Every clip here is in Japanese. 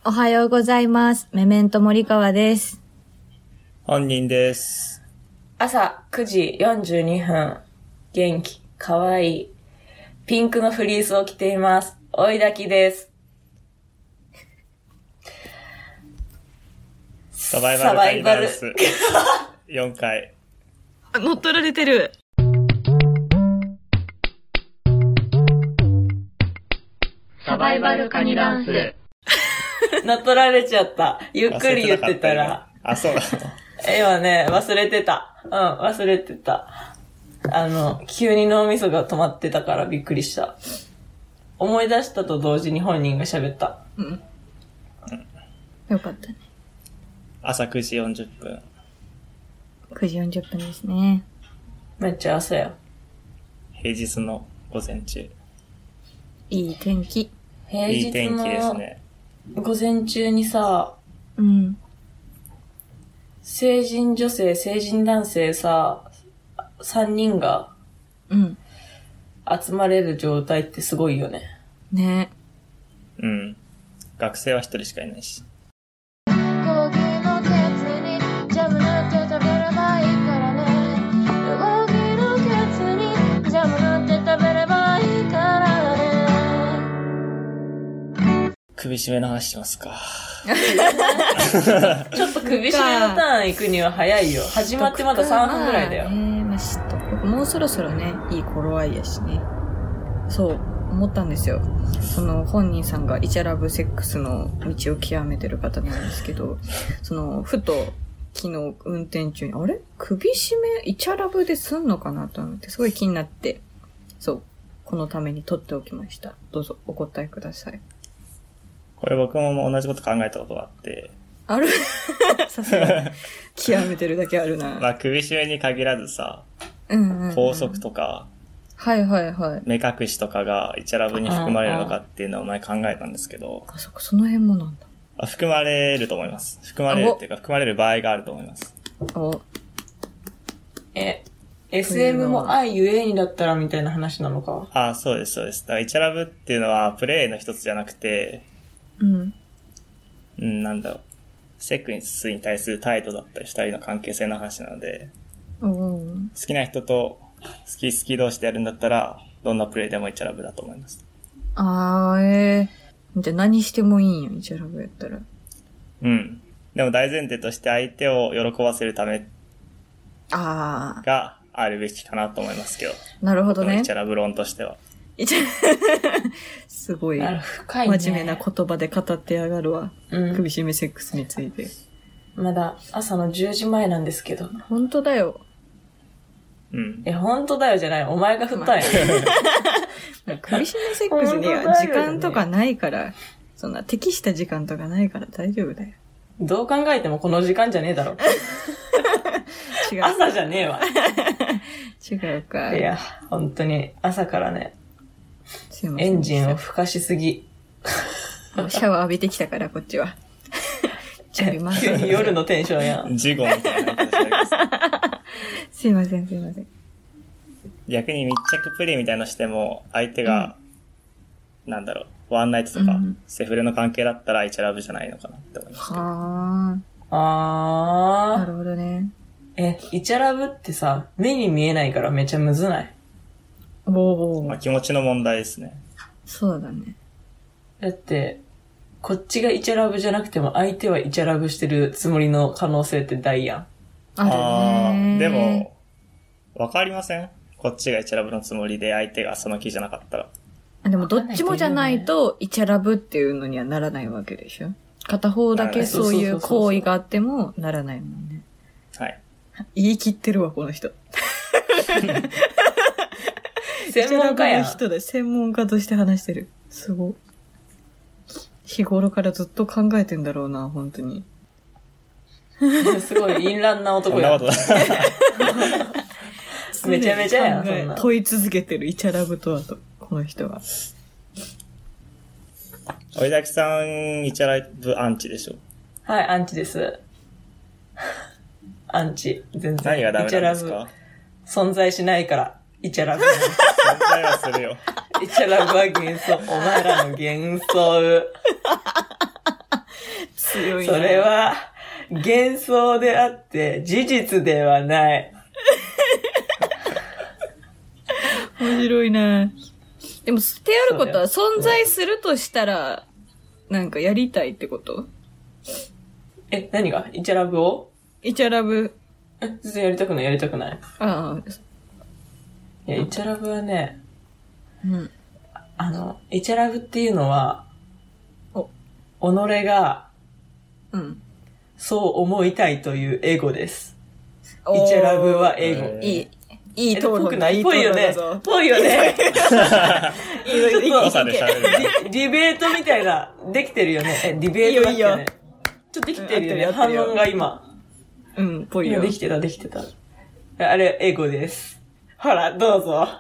おはようございます。メメント森川です。 本人です。 朝9時42分。元気、かわいい。ピンクのフリースを着ています。追いだきです。 サバイバルカニダンス4回。 乗っ取られてる。 サバイバルカニダンス。 乗っ取られちゃった。ゆっくり言ってたら。 あ、そうなの。 今ね、忘れてた。忘れてた。急に脳みそが止まってたからびっくりした。思い出したと同時に本人が喋った。 よかったね。 朝9時40分。 9時40分ですね。 めっちゃ朝や。 平日の午前中。 いい天気。 平日のいい天気ですね。 午前中にさ、成人女性、成人男性さ、3人が、集まれる状態ってすごいよね。 ね。 うん。学生は1人しかいないし。 コーヒーのケツにジャムなんて食べればいいからね。コーヒーのケツにジャムなんて食べればいいからね。 首絞めの話しますか。 ちょっと首絞めのターン行くには早いよ。始まってまだ3分くらいだよ。 もうそろそろね、いい頃合いやしね。そう、思ったんですよ。その本人さんがイチャラブセックスの道を極めてる方なんですけど、ふと昨日運転中に、あれ首絞めイチャラブですんのかなと思ってすごい気になって、そう、このために撮っておきました。どうぞお答えください。 これ僕も同じこと考えたことがあって。 あるさすが。極めてるだけあるな。 まあ首絞めに限らずさ、拘束とか、 はいはいはい。 目隠しとかがイチャラブに含まれるのかっていうのを前考えたんですけど。 あ、そっか、その辺もなんだ。 含まれると思います。含まれるっていうか、含まれる場合があると思います。 SM も愛ゆえにだったらみたいな話なのか。 あ、そうですそうです。だからイチャラブっていうのはプレイの一つじゃなくて、なんだろう。セックスに対する態度だったり、二人の関係性の話なので、好きな人と好き同士でやるんだったら、どんなプレイでもイチャラブだと思います。 じゃあ何してもいいんや、イチャラブやったら。 でも大前提として相手を喜ばせるためがあるべきかなと思いますけど。 なるほどね。 イチャラブ論としては。 すごい、 深いね、 真面目な言葉で語ってやがるわ。首絞めセックスについて。 まだ朝の10時前なんですけど。 本当だよ。 本当だよじゃない。お前が振ったんや。 首絞めセックスには時間とかないから、そんな適した時間とかないから大丈夫だよ。 どう考えてもこの時間じゃねえだろ。 違う。 朝じゃねえわ。 違うか。 いや、本当に朝からね、エンジンを吹かしすぎ。 シャワー浴びてきたからこっちは。 急に夜のテンションやん。 事故みたいな感じになります。 すいません。 逆に密着プレイみたいなのしても、相手が、ワンナイトとか、セフレの関係だったらイチャラブじゃないのかなって思いました。 なるほどね。 イチャラブってさ、目に見えないからめちゃむずない？ まあ、気持ちの問題ですね。 そうだね。 だって、こっちがイチャラブじゃなくても相手はイチャラブしてるつもりの可能性って大やん。 あるね。 でも、わかりません？こっちがイチャラブのつもりで相手がその気じゃなかったら。 でもどっちもじゃないとイチャラブっていうのにはならないわけでしょ？片方だけそういう行為があってもならないもんね。 はい。 言い切ってるわ、この人。 専門家やん。 専門家として話してる。すごい。日頃からずっと考えてんだろうな、本当に。 すごい淫乱な男やん。めちゃめちゃやん、そんな。 問い続けてるイチャラブとはと、この人は。 追いだきさん、イチャラブアンチでしょ？ はい、アンチです。アンチ。全然。 何がダメなんですか？ 存在しないから、イチャラブ。 存在はするよ。 イチャラブは幻想。お前らの幻想。 強いな。 それは幻想であって事実ではない。 面白いな。でも、捨てあることは存在するとしたら、なんかやりたいってこと？ 何がイチャラブを？ イチャラブ。 全然やりたくない。 ああ。 いや、イチャラブはね、 うん。 イチャラブっていうのは、己が、 うん。 そう思いたいというエゴです。イチャラブはエゴ。 いい討論だ。 ぽいよね。ぽいよね。 いいさで喋る。 ディベートみたいな、できてるよね。ディベートだっけね。ちょっとできてるよね。反論が今。 うん、ぽいよ。 できてた。あれ、エゴです。ほら、どうぞ。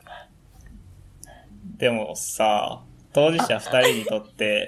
でもさ、当事者二人にとって、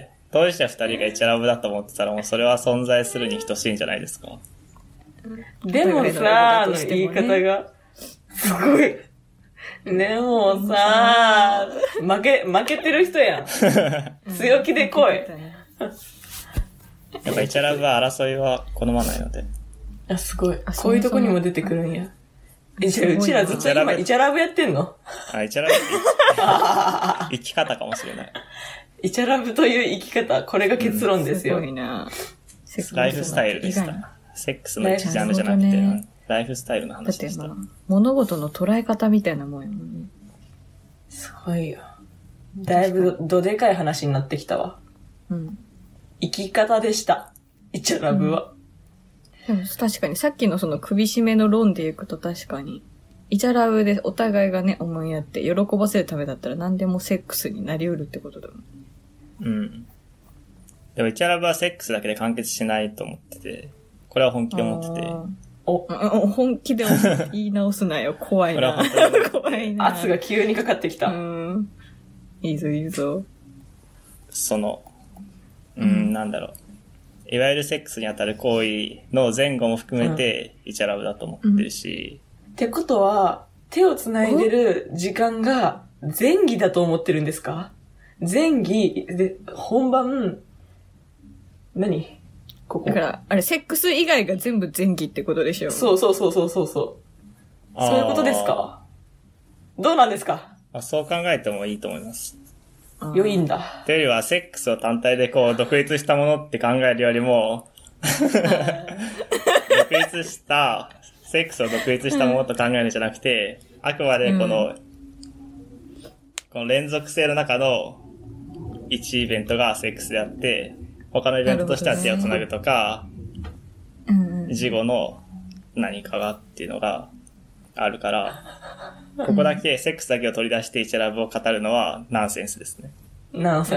当事者二人がイチャラブだと思ってたらもうそれは存在するに等しいんじゃないですか。 でもさ、言い方が、すごい。でもさ、負けてる人やん。強気で来い。 やっぱイチャラブは争いは好まないので。 すごい。こういうとこにも出てくるんや。うちらずっと今イチャラブやってんの？ イチャラブ生き方かもしれない。 イチャラブという生き方、これが結論ですよ。 すごいな。 ライフスタイルでした。セックスの一ジャンルじゃなくて、ライフスタイルの話でした。 物事の捉え方みたいなもんやもんね。 すごいよ。だいぶどでかい話になってきたわ。 うん。 生き方でした。イチャラブは。 でも確かにさっきのその首絞めの論でいくと確かに、イチャラブでお互いがね、思いやって喜ばせるためだったら何でもセックスになり得るってことだもん。 うん。でもイチャラブはセックスだけで完結しないと思ってて、これは本気で思ってて。 本気で言い直すなよ。怖いな。怖いな。 圧が急にかかってきた。 いいぞいいぞ。 なんだろう。いわゆるセックスにあたる行為の前後も含めて、イチャラブだと思ってるし。 ってことは、手を繋いでる時間が前儀だと思ってるんですか？前儀で、本番、何？ここ。 だから、あれ、セックス以外が全部前儀ってことでしょ？ そう。そういうことですか？どうなんですか？ そう考えてもいいと思います。 良いんだ。 というよりは、セックスを単体で独立したものって考えるよりも、セックスを独立したものと考えるんじゃなくて、あくまでこの連続性の中の1イベントがセックスであって、他のイベントとしては手をつなぐとか、事後の何かがっていうのがあるから、ここだけ、セックスだけを取り出してイチャラブを語るのはナンセンスですね。 ナンセン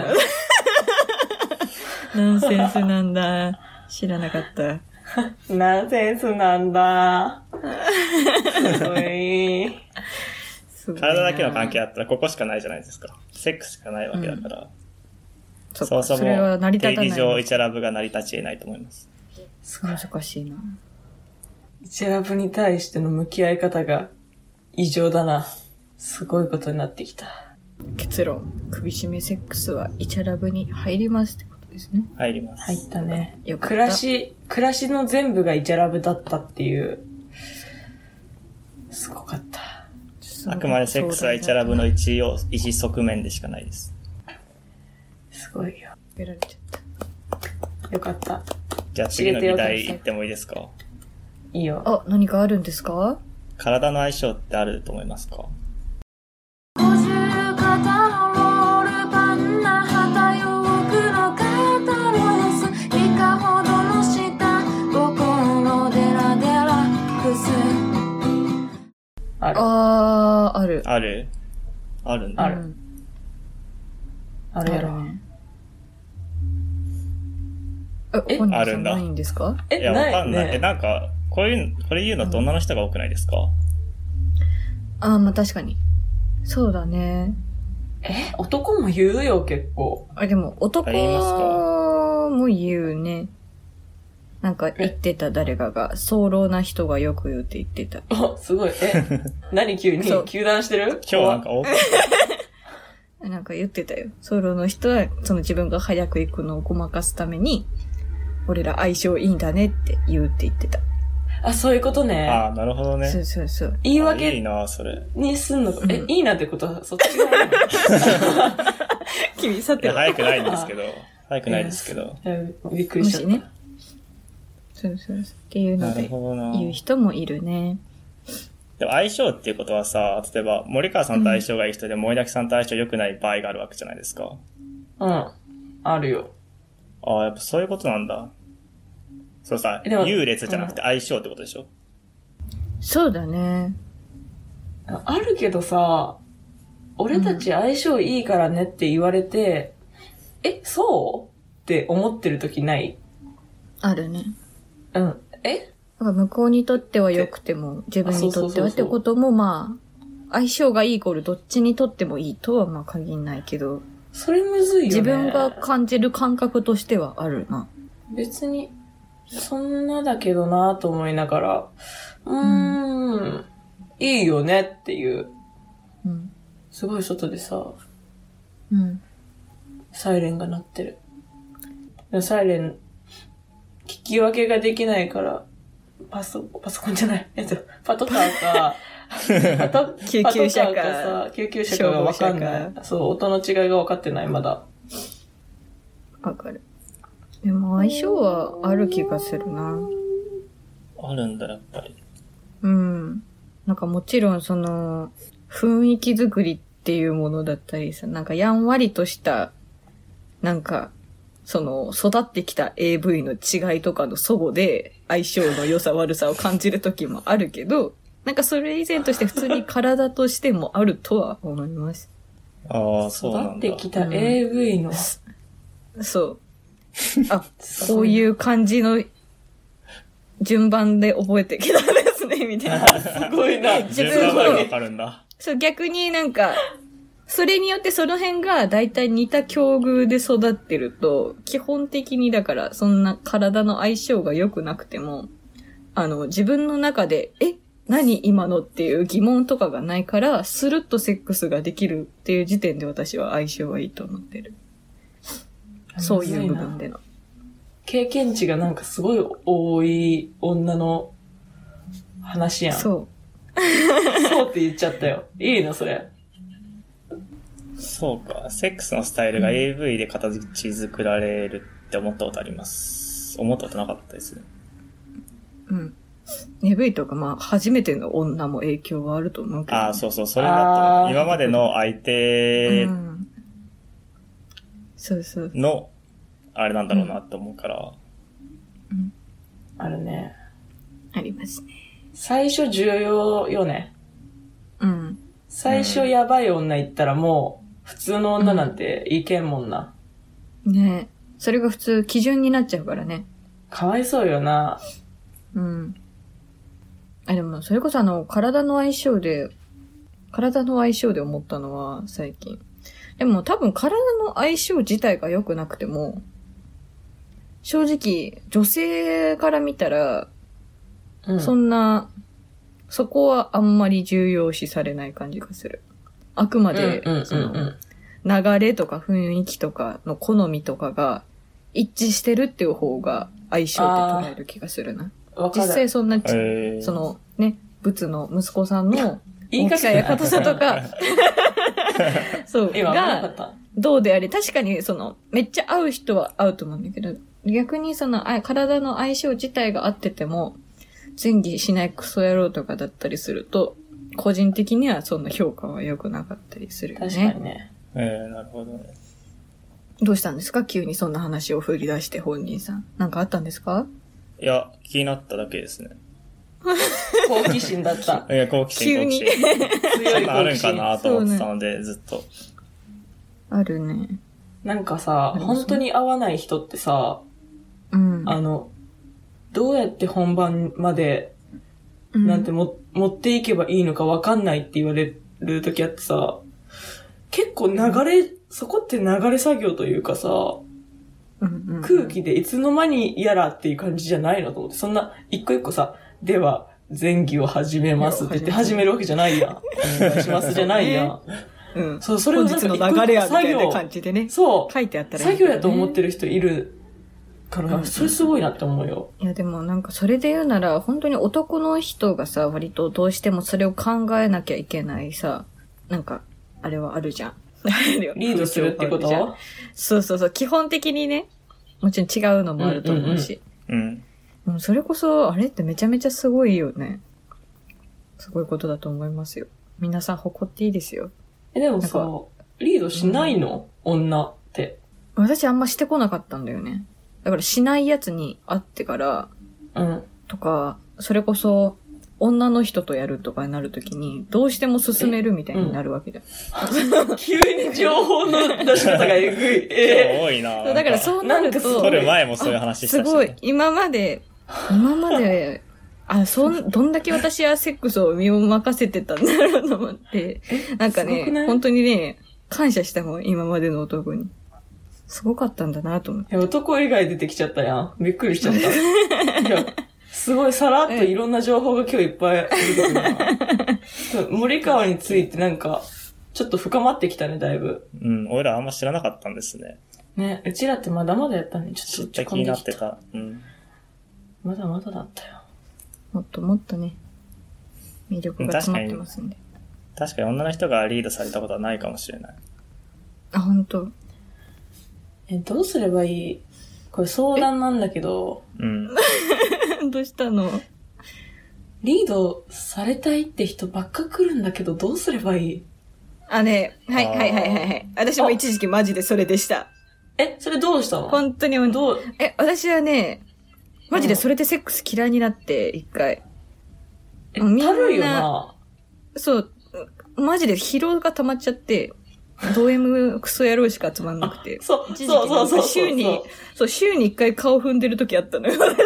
ス。 ナンセンスなんだ。知らなかった。 ナンセンスなんだ。すごい。 体だけの関係だったらここしかないじゃないですか。セックスしかないわけだから。そもそも定義上イチャラブが成り立ち得ないと思います。 難しいな。 イチャラブに対しての向き合い方が異常だな。すごいことになってきた。 結論、首絞めセックスはイチャラブに入りますってことですね。 入ります。 入ったね。 よかった。 暮らしの全部がイチャラブだったっていう。すごかった。 あくまでセックスはイチャラブの一側面でしかないです。 すごいよ。 やられちゃった。 よかった。 じゃあ次の議題言ってもいいですか？ いいよ。 何かあるんですか？ 体の相性ってあると思いますか？ ある。 ある。 あるんだ。 ある。あるやろ。 あるんだ。ないんですか？ いや、わかんない。なんか、これ言うのって女の人が多くないですか？ まあ確かに。そうだね。 男も言うよ、結構。 でも、男も言うね。なんか言ってた誰かが、早漏な人がよく言うって言ってた。 すごい。何急に糾弾してる？ 今日なんか多くなんか言ってたよ。早漏の人は、その自分が早く行くのをごまかすために、 俺ら相性いいんだねって言うって言ってた。 あ、そういうことね。 ああ、なるほどね。 そうそうそう。 言い訳いいな、それ。 にすんのか。いいなってことは、そっちが君、さては。 早くないんですけど。早くないですけど。 びっくりした。 もしね。そうそう。っていうので、言う人もいるね。 でも相性っていうことはさ、例えば森川さんと相性がいい人で、森崎さんと相性良くない場合があるわけじゃないですか。 うん。あるよ。 ああ、やっぱそういうことなんだ。そうさ、優劣じゃなくて相性ってことでしょ？ そうだね。 あるけどさ、俺たち相性いいからねって言われて、そうって思ってる時ない？ あるね。 うん。 向こうにとっては良くても、自分にとってはってことも、まあ、相性がいいイコールどっちにとってもいいとはまあ限らないけど。 それむずいよね。 自分が感じる感覚としてはあるな。 別に、そんなだけどなと思いながら、いいよねっていう。 うん。 すごい外でさ、サイレンが鳴ってる。サイレン、聞き分けができないから、パソコンじゃない。パトカーか、 救急車かさ、救急車かがわかんない。そう、音の違いが分かってない、まだ。 わかる。でも相性はある気がするな。 あるんだ、やっぱり。 うん。なんかもちろんその、雰囲気作りっていうものだったりさ、なんかやんわりとした、なんか、その、育ってきた AV の違いとかの齟齬で相性の良さ悪さを感じる時もあるけど、なんかそれ以前として普通に体としてもあるとは思います。 ああ、そうなんだ。 育ってきた AV の。 そう。あ、こういう感じの順番で覚えてきたんですね、みたいな。 すごいな。 自分がわかるんだ。 そう、逆になんか、それによってその辺が大体似た境遇で育ってると、基本的にだからそんな体の相性が良くなくても、自分の中で、何今のっていう疑問とかがないから、スルッとセックスができるっていう時点で私は相性はいいと思ってる。そういう部分での。 経験値がなんかすごい多い女の話やん。そうって言っちゃったよ。いいのそれ。 そうか。セックスのスタイルが AV で形作られるって思ったことあります。思ったことなかったですね。 うん。AV とかまあ初めての女も影響はあると思うけど、ね。 ああ、そうそう。それだと、今までの相手の、あれなんだろうなって思うから。 あるね。 ありますね。 最初重要よね。 うん。 最初やばい女言ったらもう、普通の女なんていけんもんな。 ねえ。それが普通基準になっちゃうからね。 かわいそうよな。 うん。でも、それこそ体の相性で思ったのは、最近。でも多分体の相性自体が良くなくても、正直、女性から見たら、そんな、そこはあんまり重要視されない感じがする。あくまで、流れとか雰囲気とかの好みとかが一致してるっていう方が相性って捉える気がするな。実際そんな、そのね、仏の息子さんの大きさや硬さとか、そう、が、どうであれ、確かにめっちゃ合う人は合うと思うんだけど、逆に体の相性自体が合ってても、前儀しないクソ野郎とかだったりすると、個人的にはそんな評価は良くなかったりするよね。 確かにね。 なるほどね。 どうしたんですか？急にそんな話を振り出して本人さん。なんかあったんですか？ いや、気になっただけですね。 好奇心だった。 いや、好奇心。 急に。 強い好奇心。 そんなあるんかなと思ってたので、ずっと。 あるね。 なんかさ、本当に合わない人ってさ、どうやって本番まで、なんて持っていけばいいのか分かんないって言われる時あってさ、結構そこって流れ作業というかさ、空気でいつの間にやらっていう感じじゃないのと思って、そんな一個一個さ、では前儀を始めますって言って始めるわけじゃないやん。お願いしますじゃないやん。そう、それをなんか本日の流れやみたいな感じでね。 そう。 書いてあったらいい、ね。作業やと思ってる人いるから、それすごいなって思うよ。 いやでもなんかそれで言うなら、本当に男の人がさ、割とどうしてもそれを考えなきゃいけないさ、なんか、あれはあるじゃん。 リードするってこと？ そうそうそう。基本的にね、もちろん違うのもあると思うし。それこそ、あれってめちゃめちゃすごいよね。すごいことだと思いますよ。皆さん誇っていいですよ。 でもさ、リードしないの？女って。 私あんましてこなかったんだよね。だからしないやつに会ってから、とか、それこそ、女の人とやるとかになるときに、どうしても進めるみたいになるわけだよ。 急に情報の出し方がえぐい。 多いな。 だからそうなると、 それ前もそういう話したし、ね。 すごい、今まで、どんだけ私はセックスを身を任せてたんだろうと思って、なんかね、本当にね、感謝したもん、今までの男に。すごかったんだなと思って。 男以外出てきちゃったやん。びっくりしちゃった。いやすごいさらっといろんな情報が今日いっぱい出てくるな。森川についてなんか、ちょっと深まってきたね、だいぶ。 俺らあんま知らなかったんですね。 ね、うちらってまだまだやったね。 ちょっと気になってた。 まだまだだったよ。 もっともっとね、魅力が詰まってますんで。 確かに女の人がリードされたことはないかもしれない。 あ、本当。 どうすればいい？これ相談なんだけど。 どうしたの？ リードされたいって人ばっか来るんだけど、どうすればいい？ はい。私も一時期マジでそれでした。 それどうしたの？ 本当に私はね、マジでそれでセックス嫌いになって、一回。 たるいよな。 そう、マジで疲労が溜まっちゃって、ド M クソ野郎しか集まんなくて。 そう。 週に一回顔踏んでる時あったのよ、私。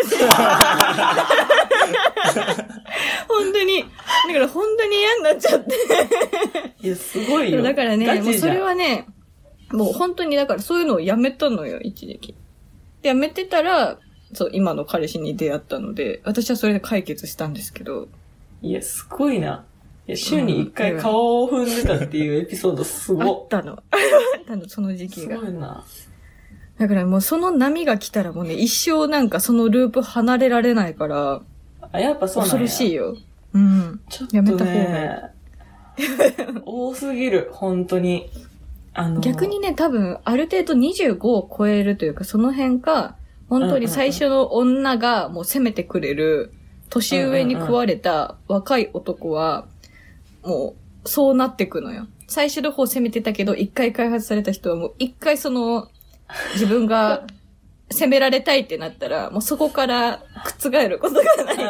本当に。だから本当に嫌になっちゃって。 いや、すごいよ。 だからね、もうそれはね、もう本当にだからそういうのをやめたのよ、一時期。で、やめてたら、そう、今の彼氏に出会ったので、私はそれで解決したんですけど。 いや、すごいな。いや、週に一回顔を踏んでたっていうエピソードすごい。 あったの、その時期が。 すごいな。 だからもうその波が来たらもうね、一生なんかそのループ離れられないから、 やっぱそうなんや。 恐ろしいよ。 ちょっとね、 やめた方が多すぎる、本当に。 逆にね、多分、ある程度25を超えるというか、その辺か、本当に最初の女がもう攻めてくれる、年上に食われた若い男は、もう、そうなってくのよ。最初の方攻めてたけど、一回開発された人はもう一回自分が攻められたいってなったら、もうそこから覆ることがないから。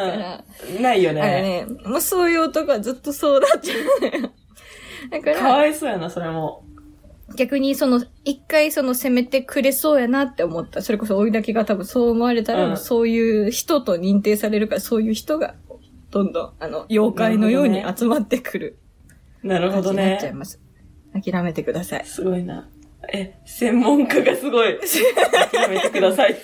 ないよね。 あれね、もうそういう男はずっとそうなっちゃうのよ。だから。 かわいそうやな、それも。 逆に一回攻めてくれそうやなって思った。それこそ追いだきが多分そう思われたら、そういう人と認定されるから、そういう人が、どんどん、妖怪のように集まってくる。 なるほどね。 なっちゃいます。諦めてください。 すごいな。専門家がすごい。諦めてくださいって。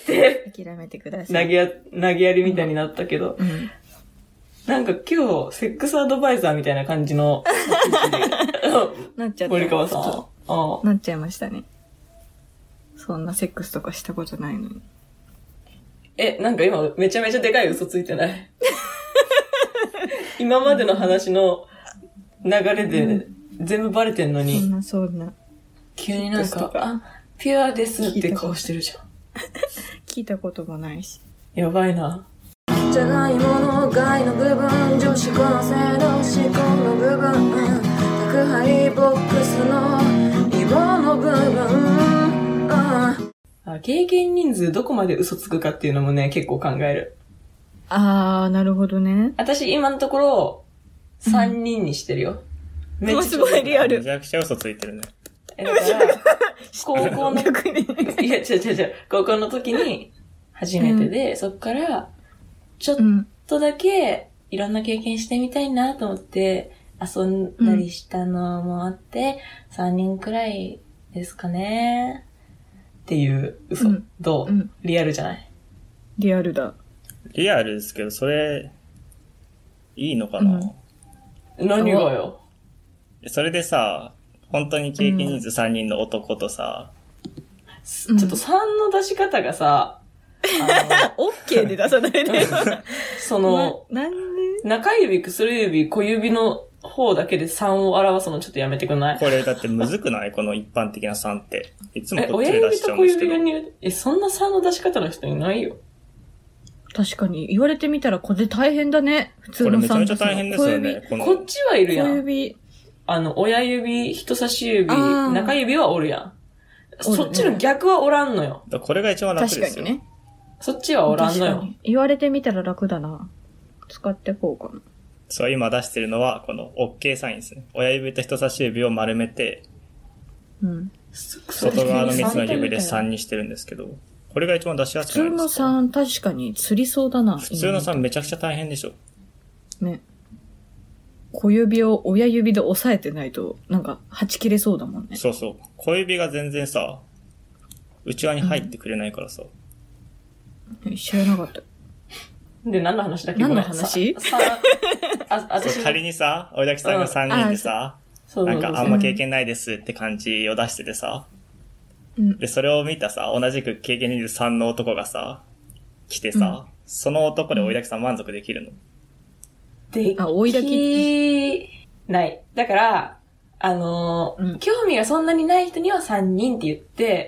諦めてください。 投げやりみたいになったけど。なんか今日、セックスアドバイザーみたいな感じの、 なっちゃった。 森川さん。 なっちゃいましたね。そんなセックスとかしたことないのに。 なんか今めちゃめちゃでかい嘘ついてない今までの話の流れで全部バレてんのに。 そんな。 急になんか、ピュアですって顔してるじゃん。 聞いたこともないし。 やばいな。 じゃがいもの害の部分、女子高の性の思考の部分、宅配ボックスのイボの部分、 経験人数どこまで嘘つくかっていうのもね、結構考える。 なるほどね。 私今のところ、3人にしてるよ。 めっちゃすごいリアル。 めちゃくちゃ嘘ついてるね。 だから、高校の、いや、違う。高校の時に、初めてで、そっから、ちょっとだけ、いろんな経験してみたいなと思って、遊んだりしたのもあって、3人くらいですかね。っていう嘘。どう？リアルじゃない？ リアルだ。 リアルですけど、それ、いいのかな？ 何がよ。 それでさ、本当に経験人数3人の男とさ、 ちょっと3の出し方がさ、 オッケーで出さないで。 その、 なんで中指、薬指、小指の方だけで3を表すのちょっとやめてくんない？ これだってむずくないこの一般的な3って。いつもこっち親で出し指と小ちゃうんですけど。 指に、そんな3の出し方の人いないよ。 確かに。言われてみたらこれ大変だね。普通のこれめちゃめちゃ大変ですよね。 こっちはいるやん。 小指。 親指、人差し指、 あー中指はおるやん。 おるねそっちの逆はおらんのよ。 これが一番楽ですよ。 確かにね。 そっちはおらんのよ。 確かに。言われてみたら楽だな。使ってこうかな。 そう、今出してるのは、この OK サインですね。親指と人差し指を丸めて、 うん。 外側の3つの指で3にしてるんですけど、これが一番出しやすくない普通のですか？ 3、確かに釣りそうだな。 普通の3めちゃくちゃ大変でしょ。 ね。小指を親指で押さえてないと、なんか、はち切れそうだもんね。 そうそう。小指が全然さ、内側に入ってくれないからさ。 知らなかった。 で、何の話だっけ？ 何のごめん話私そう仮にさ、おいだきさんが3人でさ、なんかあんま経験ないですって感じを出しててさ、 うんで、それを見たさ、同じく経験23の男がさ、来てさ、その男でおいだきさん満足できるの？ であ追いだきない。だから、興味がそんなにない人には3人って言って、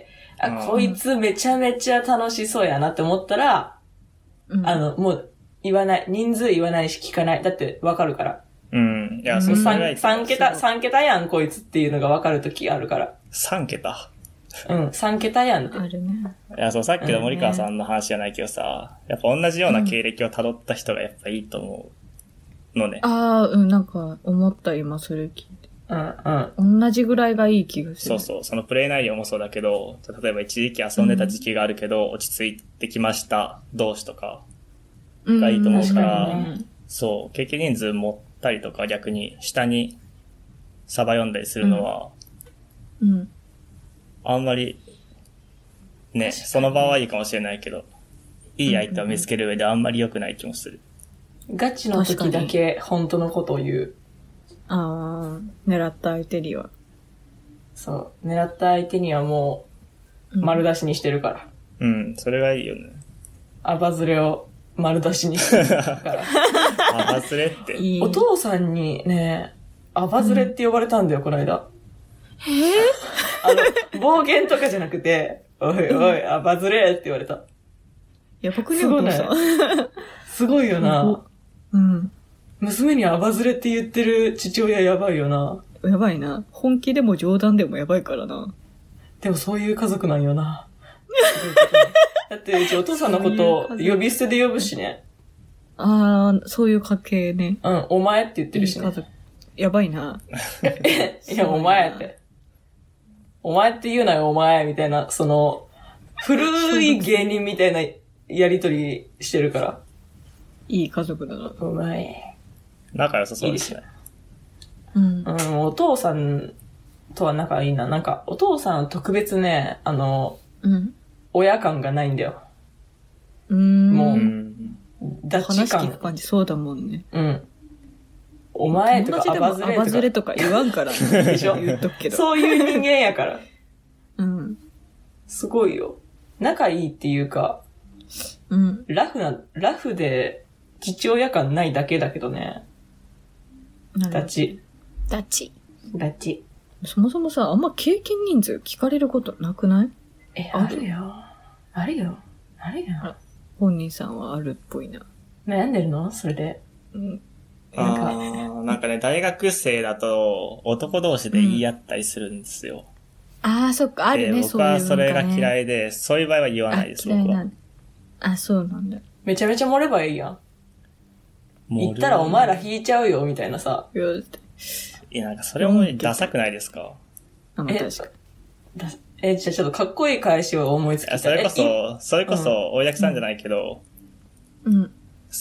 こいつめちゃめちゃ楽しそうやなって思ったら、 うんもう言わない。人数言わないし聞かない。だってわかるから。 うん。いや、それがいい。 3桁やん、こいつっていうのがわかるときあるから。 3桁。 うん、3桁やんって。 あるね。 いや、そう、さっきの森川さんの話じゃないけどさ、やっぱ同じような経歴を辿った人がやっぱいいと思うのね。 ああ、うん、なんか、思った今それ聞いて。 うん。 同じぐらいがいい気がする。 そうそう。そのプレイ内容もそうだけど、例えば一時期遊んでた時期があるけど、落ち着いてきました同士とかがいいと思うから、 うんそう、経験人数持ったりとか逆に下にサバ読んだりするのは、 うん。 あんまり、ね、その場はいいかもしれないけど、いい相手を見つける上であんまり良くない気もする。 ガチの時だけ本当のことを言う。 ああ、狙った相手には。 そう。狙った相手にはもう、丸出しにしてるから。 うん、それがいいよね。 アバズレを丸出しにしてるから。 アバズレって。 いい。 お父さんにね、アバズレって呼ばれたんだよ、この間。暴言とかじゃなくて、おいおい、アバズレって言われた。 やばくね、お父さん。 すごいよな。 うん。 娘にアバズレって言ってる父親やばいよな。 やばいな。本気でも冗談でもやばいからな。 でもそういう家族なんよな。だってうちお父さんのことを呼び捨てで呼ぶしね。 ああ、そういう家系ね。 うん、お前って言ってるしね。 家族。やばいな。 いや、お前って。お前って言うなよ、お前、みたいな、古い芸人みたいなやりとりしてるから。 いい家族だな。 お前。 仲良さそうですね。 うん。 うん、お父さんとは仲いいな。なんか、お父さん特別ね、 うん。 親感がないんだよ。もう、ダッチ話聞く感。 感じそうだもんね。 うん。お前とか友達でもアバズレとか。 アバズレとか言わんからね。 でしょ言っとくけど。 そういう人間やから。 うん。 すごいよ。仲いいっていうか、 うん。 ラフで父親感ないだけだけどね。ダチ。 ダチ。 ダチ。 そもそもさ、あんま経験人数聞かれることなくない？ あるよ。あるよ。あるよ。 本人さんはあるっぽいな。 悩んでるのそれで。 うん。 なんかね、大学生だと男同士で言い合ったりするんですよ。 ああ、そっか、あるね、 僕はそれがい。 嫌いで、そういう場合は言わないです、僕は。 あ、そうなんだ。 めちゃめちゃ盛ればいいやん。言ったらお前ら引いちゃうよ、みたいなさ。 いや、なんかそれもダサくないですか？ あ、まあ、確かじゃあちょっとかっこいい返しを思いつきたい。 それこそ、大崎さんじゃないけど、 うん。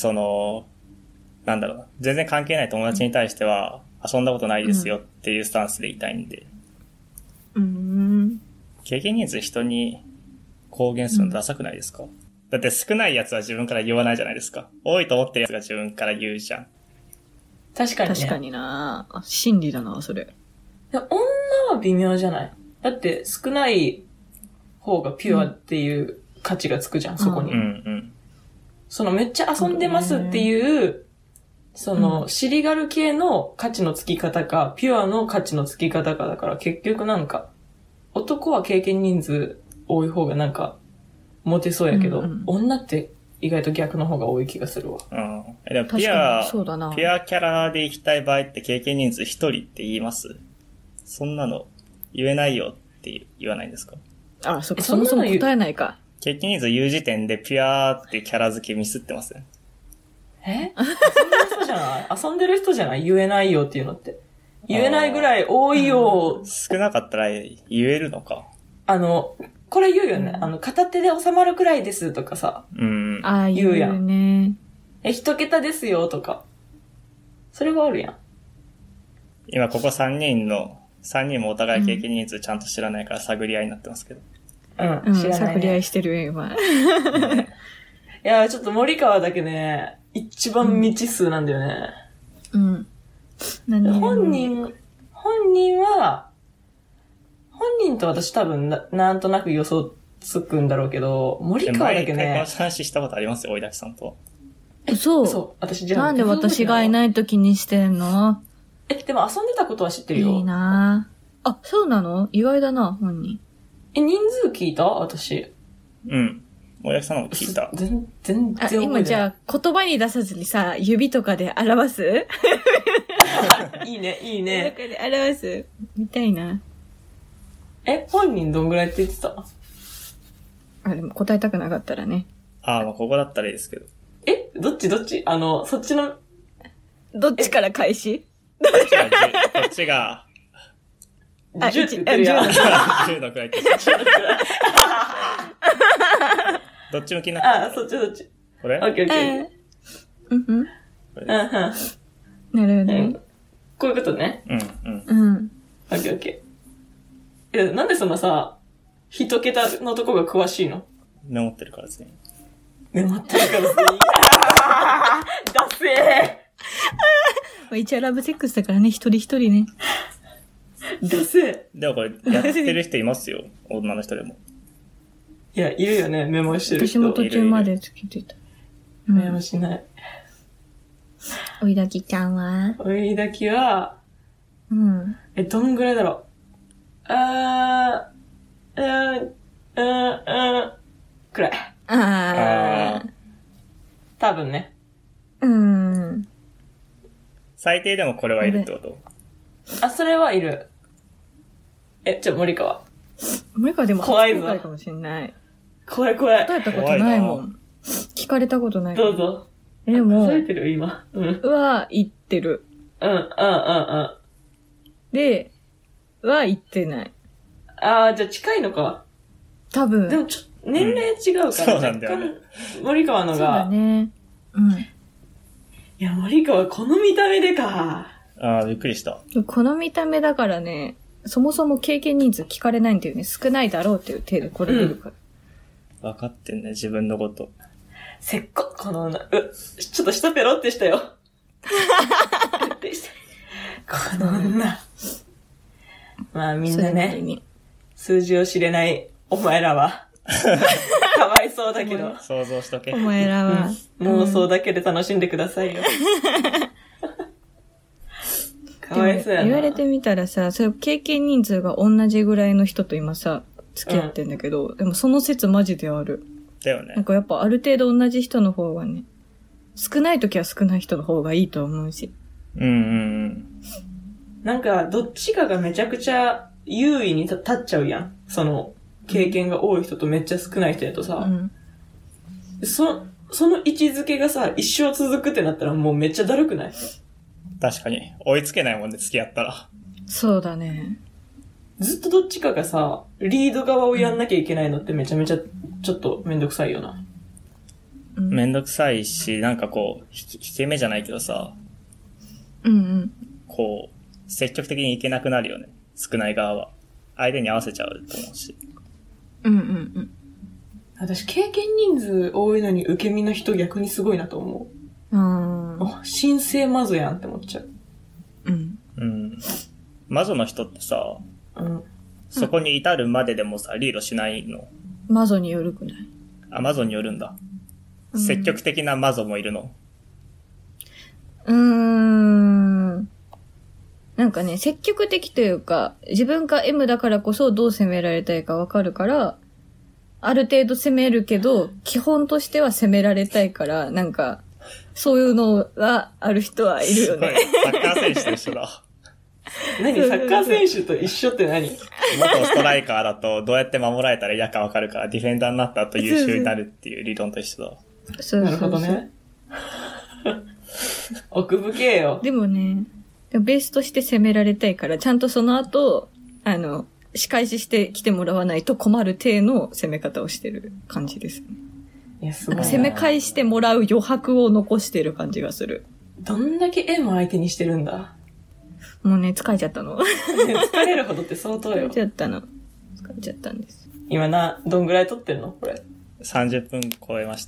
なんだろうな。全然関係ない友達に対しては、遊んだことないですよっていうスタンスで言いたいんで。経験人数人に公言するのダサくないですか？だって少ない奴は自分から言わないじゃないですか。多いと思ってる奴が自分から言うじゃん。 確かにね。 確かにな。真理だな、それ。 女は微妙じゃない？だって少ない方がピュアっていう価値がつくじゃん、そこに。 うんうん。 そのめっちゃ遊んでますっていう、その、尻軽系の価値のつき方か、ピュアの価値のつき方かだから、結局なんか、男は経験人数多い方がなんか、モテそうやけど、女って意外と逆の方が多い気がするわ。 うん。でもピュアキャラで行きたい場合って経験人数1人って言います？そんなの言えないよって言わないんですか？ あ、そもそも答えないか。 経験人数言う時点でピュアってキャラ付けミスってますね。 遊んでる人じゃない言えないよっていうのって。言えないぐらい多いよ。 少なかったら言えるのか。 これ言うよね。片手で収まるくらいですとかさ。 うん。 言うやん。 ね。 一桁ですよとか。それがあるやん。 今ここ3人もお互い経験人数ちゃんと知らないから探り合いになってますけど。 うん、知らない、ね。 探り合いしてるよ、今。 いや、ちょっと森川だけね、一番未知数なんだよね。 うん。 本人と私多分なんとなく予想つくんだろうけど、森川だけね。 この話したことありますよ、追いだきさんと。 そう。 そう、私じゃあ。 なんで私がいない時にしてんの？ でも遊んでたことは知ってるよ。 いいなぁ。あ、そうなの？意外だな、本人。 人数聞いた？私。 うん。追いだきさんのも聞いた。 全然覚えてない。 今じゃあ言葉に出さずにさ、指とかで表す？ いいね、いいね。 指とかで表す？みたいな。 本人どんぐらいって言ってた？ でも答えたくなかったらね。 まあここだったらいいですけど。 どっちそっちの。 どっちから開始？ こっちが。 10って言ってるやん。 10のくらいって言ってる。どっち向きになってる？ そっち。 これ？ オッケー。 なるほど。 こういうことね。 うん。 オッケー。なんでそんなさ、一桁のとこが詳しいの？ メモってるからですね。 メモってるからですね。ダセー。一応ラブセックスだからね、一人一人ね。 ダセー。でもこれやってる人いますよ、女の人でも。 いや、いるよね、メモしてる人。 私も途中までつけてた。 メモしない。 おいだきちゃんは？ おいだきは、どんぐらいだろう。くらい。多分ね。 最低でもこれはいるってこと？ それはいる。森川。 森川でも怖いぞ。 かもしれない。 怖い。 答えたことないもん。聞かれたことない。 どうぞ。 でも、 答えてる今。 言ってる。で、言ってない。 じゃあ近いのか。 多分。 でも年齢違うから、 そうなんだよね。 森川のが。 そうだね。 いや、森川この見た目でか。 びっくりした。 この見た目だからね、そもそも経験人数聞かれないんだよね。少ないだろうっていう手でこれ出るから。 分かってんね、自分のこと。 ちょっと下ペロってしたよ。この女。まあみんなね、数字を知れないお前らは、かわいそうだけど。 想像しとけ。 お前らは。 妄想だけで楽しんでくださいよ。かわいそうやな。 言われてみたらさ、それ経験人数が同じぐらいの人と今さ、付き合ってんだけど、でもその説マジである。 だよね。 なんかやっぱある程度同じ人の方がね、少ない時は少ない人の方がいいと思うし。 なんか、どっちかがめちゃくちゃ優位に立っちゃうやん。その、経験が多い人とめっちゃ少ない人やとさ、その位置づけがさ、一生続くってなったらもうめっちゃだるくない？ 確かに。追いつけないもんね、付き合ったら。 そうだね。 ずっとどっちかがさ、リード側をやんなきゃいけないのってめちゃめちゃちょっとめんどくさいよな。 めんどくさいし、なんかこう、引け目じゃないけどさ、こう、積極的にいけなくなるよね。少ない側は。相手に合わせちゃうと思うし。 私、経験人数多いのに受け身の人逆にすごいなと思う。神聖マゾやんって思っちゃう。 マゾの人ってさ、そこに至るまででもさ、リードしないの？ マゾによるくない？ あ、マゾによるんだ。積極的なマゾもいるの？ なんかね、積極的というか、自分が M だからこそどう攻められたいかわかるから、ある程度攻めるけど、基本としては攻められたいから、なんか、そういうのがある人はいるよね。 サッカー選手と一緒だ。 何サッカー選手と一緒って何？ 元ストライカーだとどうやって守られたら嫌かわかるから、ディフェンダーになった後優秀になるっていう理論と一緒だ。 そうなるほどね。奥深えよ。 でもね、ベースとして攻められたいから、ちゃんとその後、仕返しして来てもらわないと困る体の攻め方をしてる感じですね。 いや、すごいな。 攻め返してもらう余白を残してる感じがする。 どんだけ M 相手にしてるんだ。 もうね、疲れちゃったの。 疲れるほどって相当よ。 疲れちゃったの。疲れちゃったんです。 今どんぐらい撮ってるのこれ。 30分超えました。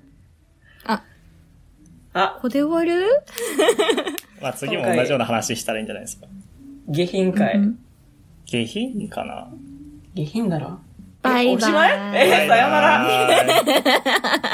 ここで終わる？ まあ次も同じような話したらいいんじゃないですか。 下品会。 下品かな？ 下品だろ。 バイバイ。 おしまい？さよなら。